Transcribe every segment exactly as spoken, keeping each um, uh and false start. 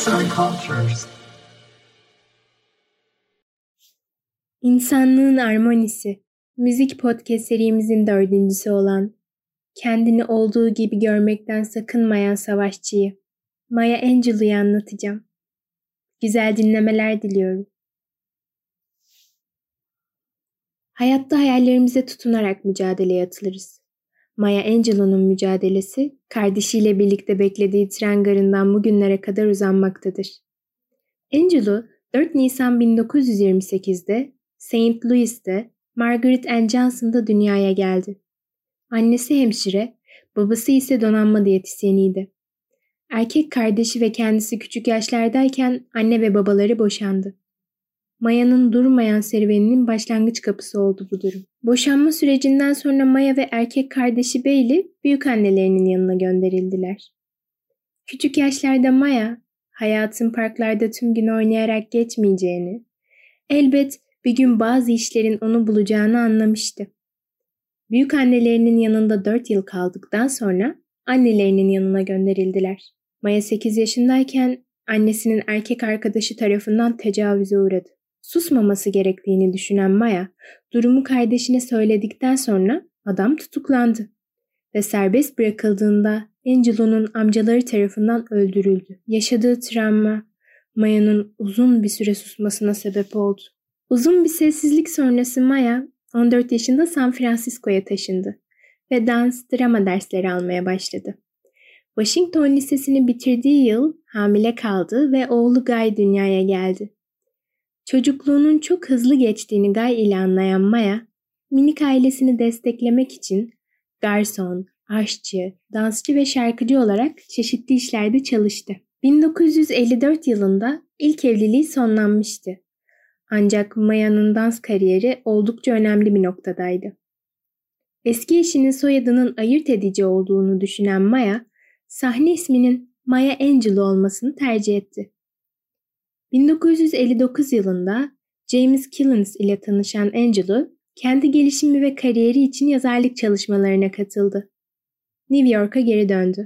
Arts and Cultures. İnsanlığın Armonisi, müzik podcast serimizin dördüncüsü olan, kendini olduğu gibi görmekten sakınmayan savaşçıyı, Maya Angelou'yu anlatacağım. Güzel dinlemeler diliyorum. Hayatta hayallerimize tutunarak mücadeleye atılırız. Maya Angelou'nun mücadelesi, kardeşiyle birlikte beklediği tren garından bugünlere kadar uzanmaktadır. Angelou, dört Nisan bin dokuz yüz yirmi sekiz'de Saint Louis'te Margaret Ann Johnson'da dünyaya geldi. Annesi hemşire, babası ise donanma diyetisyeniydi. Erkek kardeşi ve kendisi küçük yaşlardayken anne ve babaları boşandı. Maya'nın durmayan serüveninin başlangıç kapısı oldu bu durum. Boşanma sürecinden sonra Maya ve erkek kardeşi Bailey büyükannelerinin yanına gönderildiler. Küçük yaşlarda Maya, hayatın parklarda tüm gün oynayarak geçmeyeceğini, elbet bir gün bazı işlerin onu bulacağını anlamıştı. Büyükannelerinin yanında dört yıl kaldıktan sonra annelerinin yanına gönderildiler. Maya sekiz yaşındayken annesinin erkek arkadaşı tarafından tecavüze uğradı. Susmaması gerektiğini düşünen Maya, durumu kardeşine söyledikten sonra adam tutuklandı ve serbest bırakıldığında Angelou'nun amcaları tarafından öldürüldü. Yaşadığı travma, Maya'nın uzun bir süre susmasına sebep oldu. Uzun bir sessizlik sonrası Maya, on dört yaşında San Francisco'ya taşındı ve dans, drama dersleri almaya başladı. Washington Lisesi'ni bitirdiği yıl hamile kaldı ve oğlu Guy dünyaya geldi. Çocukluğunun çok hızlı geçtiğini Guy ile anlayan Maya, minik ailesini desteklemek için garson, aşçı, dansçı ve şarkıcı olarak çeşitli işlerde çalıştı. bin dokuz yüz elli dört yılında ilk evliliği sonlanmıştı. Ancak Maya'nın dans kariyeri oldukça önemli bir noktadaydı. Eski eşinin soyadının ayırt edici olduğunu düşünen Maya, sahne isminin Maya Angelou olmasını tercih etti. bin dokuz yüz elli dokuz yılında James Killens ile tanışan Angelou, kendi gelişimi ve kariyeri için yazarlık çalışmalarına katıldı. New York'a geri döndü.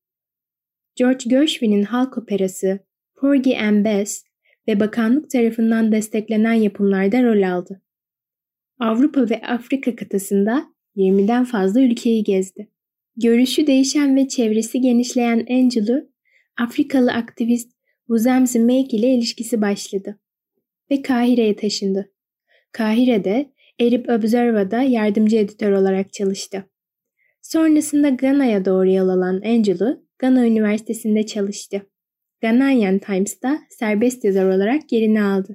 George Gershwin'in halk operası Porgy and Bess ve bakanlık tarafından desteklenen yapımlarda rol aldı. Avrupa ve Afrika kıtasında yirmiden fazla ülkeyi gezdi. Görüşü değişen ve çevresi genişleyen Angelou, Afrikalı aktivist Wuzem Zimeyk ile ilişkisi başladı ve Kahire'ye taşındı. Kahire'de Arab Observer'da yardımcı editör olarak çalıştı. Sonrasında Gana'ya doğru yol alan Angelou, Gana Üniversitesi'nde çalıştı. Ghanaian Times'ta serbest yazar olarak yerini aldı.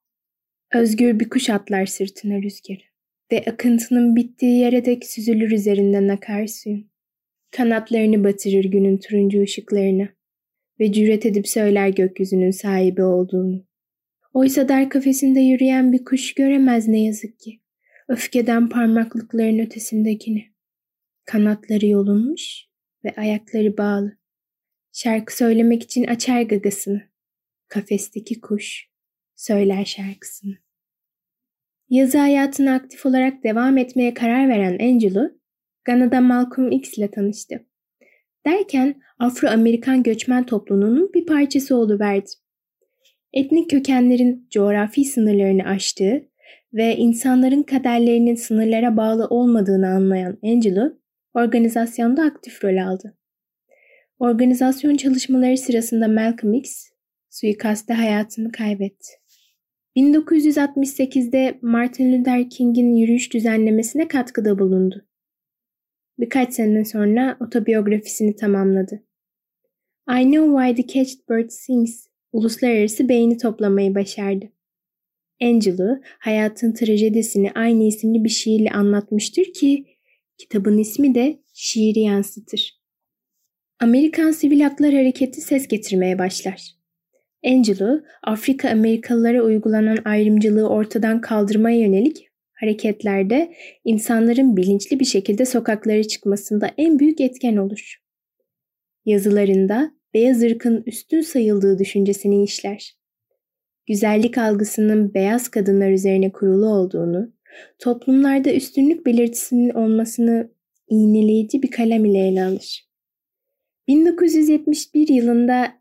Özgür bir kuş atlar sırtına rüzgarı ve akıntının bittiği yere dek süzülür üzerinden akarsuyun. Kanatlarını batırır günün turuncu ışıklarına ve cüret edip söyler gökyüzünün sahibi olduğunu. Oysa dar kafesinde yürüyen bir kuş göremez ne yazık ki, öfkeden parmaklıkların ötesindekini. Kanatları yolunmuş ve ayakları bağlı. Şarkı söylemek için açar gagasını. Kafesteki kuş söyler şarkısını. Yazı hayatına aktif olarak devam etmeye karar veren Angelou, Gana'da Malcolm X ile tanıştı. Derken Afro-Amerikan göçmen topluluğunun bir parçası oluverdi. Etnik kökenlerin coğrafi sınırlarını aştığı ve insanların kaderlerinin sınırlara bağlı olmadığını anlayan Angelou, organizasyonda aktif rol aldı. Organizasyon çalışmaları sırasında Malcolm X, suikastte hayatını kaybetti. bin dokuz yüz altmış sekiz'de Martin Luther King'in yürüyüş düzenlemesine katkıda bulundu. Birkaç sene sonra otobiyografisini tamamladı. I Know Why the Caged Bird Sings, uluslararası beğeni toplamayı başardı. Angelou, hayatın trajedisini aynı isimli bir şiirle anlatmıştır ki, kitabın ismi de şiiri yansıtır. Amerikan Sivil Haklar Hareketi ses getirmeye başlar. Angelou, Afrika Amerikalılara uygulanan ayrımcılığı ortadan kaldırmaya yönelik hareketlerde insanların bilinçli bir şekilde sokaklara çıkmasında en büyük etken olur. Yazılarında beyaz ırkın üstün sayıldığı düşüncesini işler. Güzellik algısının beyaz kadınlar üzerine kurulu olduğunu, toplumlarda üstünlük belirtisinin olmasını iğneleyici bir kalem ile ele alır. bin dokuz yüz yetmiş bir yılında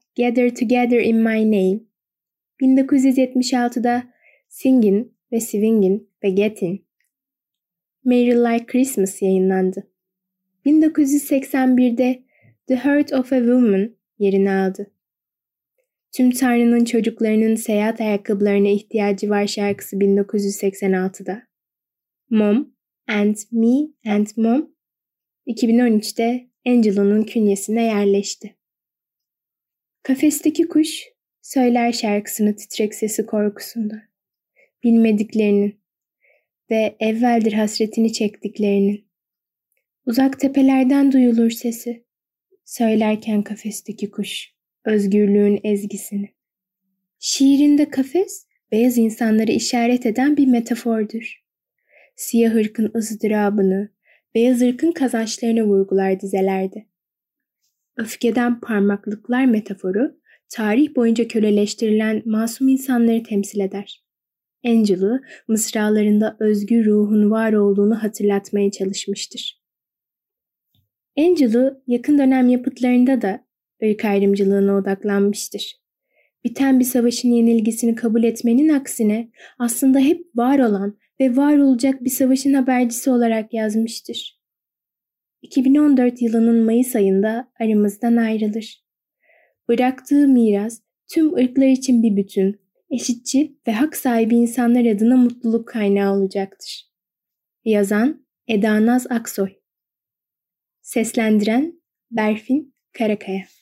Gather Together in My Name. bin dokuz yüz yetmiş altıda Singin' ve Swingin' ve Gettin'. Merry Like Christmas yayınlandı. bin dokuz yüz seksen birde The Heart of a Woman yerini aldı. Tüm Tanrı'nın çocuklarının seyahat ayakkabılarına ihtiyacı var şarkısı bin dokuz yüz seksen altıda. Mom and Me and Mom iki bin on üçte Angelo'nun künyesine yerleşti. Kafesteki kuş söyler şarkısını titrek sesi korkusunda. Bilmediklerinin ve evveldir hasretini çektiklerinin. Uzak tepelerden duyulur sesi. Söylerken kafesteki kuş özgürlüğün ezgisini. Şiirinde kafes, beyaz insanları işaret eden bir metafordur. Siyah ırkın ızdırabını, beyaz ırkın kazançlarını vurgular dizelerde. Öfkeden parmaklıklar metaforu, tarih boyunca köleleştirilen masum insanları temsil eder. Angelo, mısralarında özgür ruhun var olduğunu hatırlatmaya çalışmıştır. Angelo, yakın dönem yapıtlarında da ırk ayrımcılığına odaklanmıştır. Biten bir savaşın yenilgisini kabul etmenin aksine aslında hep var olan ve var olacak bir savaşın habercisi olarak yazmıştır. iki bin on dört yılının Mayıs ayında aramızdan ayrılır. Bıraktığı miras tüm ırklar için bir bütün, eşitçi ve hak sahibi insanlar adına mutluluk kaynağı olacaktır. Yazan Eda Naz Aksoy. Seslendiren Berfin Karakaya.